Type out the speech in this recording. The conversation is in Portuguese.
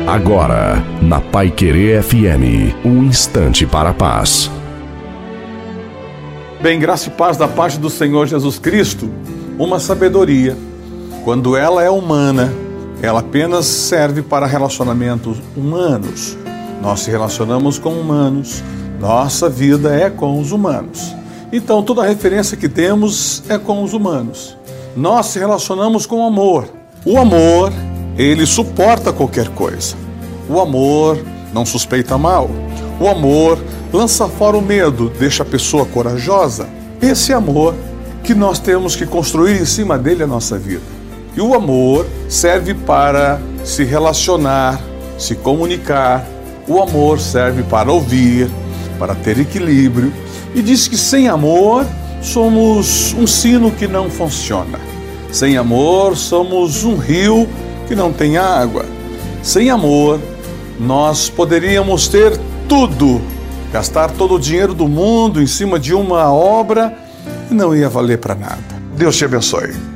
Agora, na Paiquerê FM, um instante para a paz. Bem, graça e paz da parte do Senhor Jesus Cristo. Uma sabedoria, quando ela é humana, ela apenas serve para relacionamentos humanos. Nós se relacionamos com humanos, nossa vida é com os humanos. Então, toda a referência que temos é com os humanos. Nós se relacionamos com amor. O amor, ele suporta qualquer coisa. O amor não suspeita mal. O amor lança fora o medo, deixa a pessoa corajosa. Esse amor que nós temos que construir em cima dele a nossa vida. E o amor serve para se relacionar, se comunicar. O amor serve para ouvir, para ter equilíbrio. E diz que sem amor somos um sino que não funciona. Sem amor somos um rio que não tem água. Sem amor nós poderíamos ter tudo, gastar todo o dinheiro do mundo em cima de uma obra e não ia valer para nada. Deus te abençoe.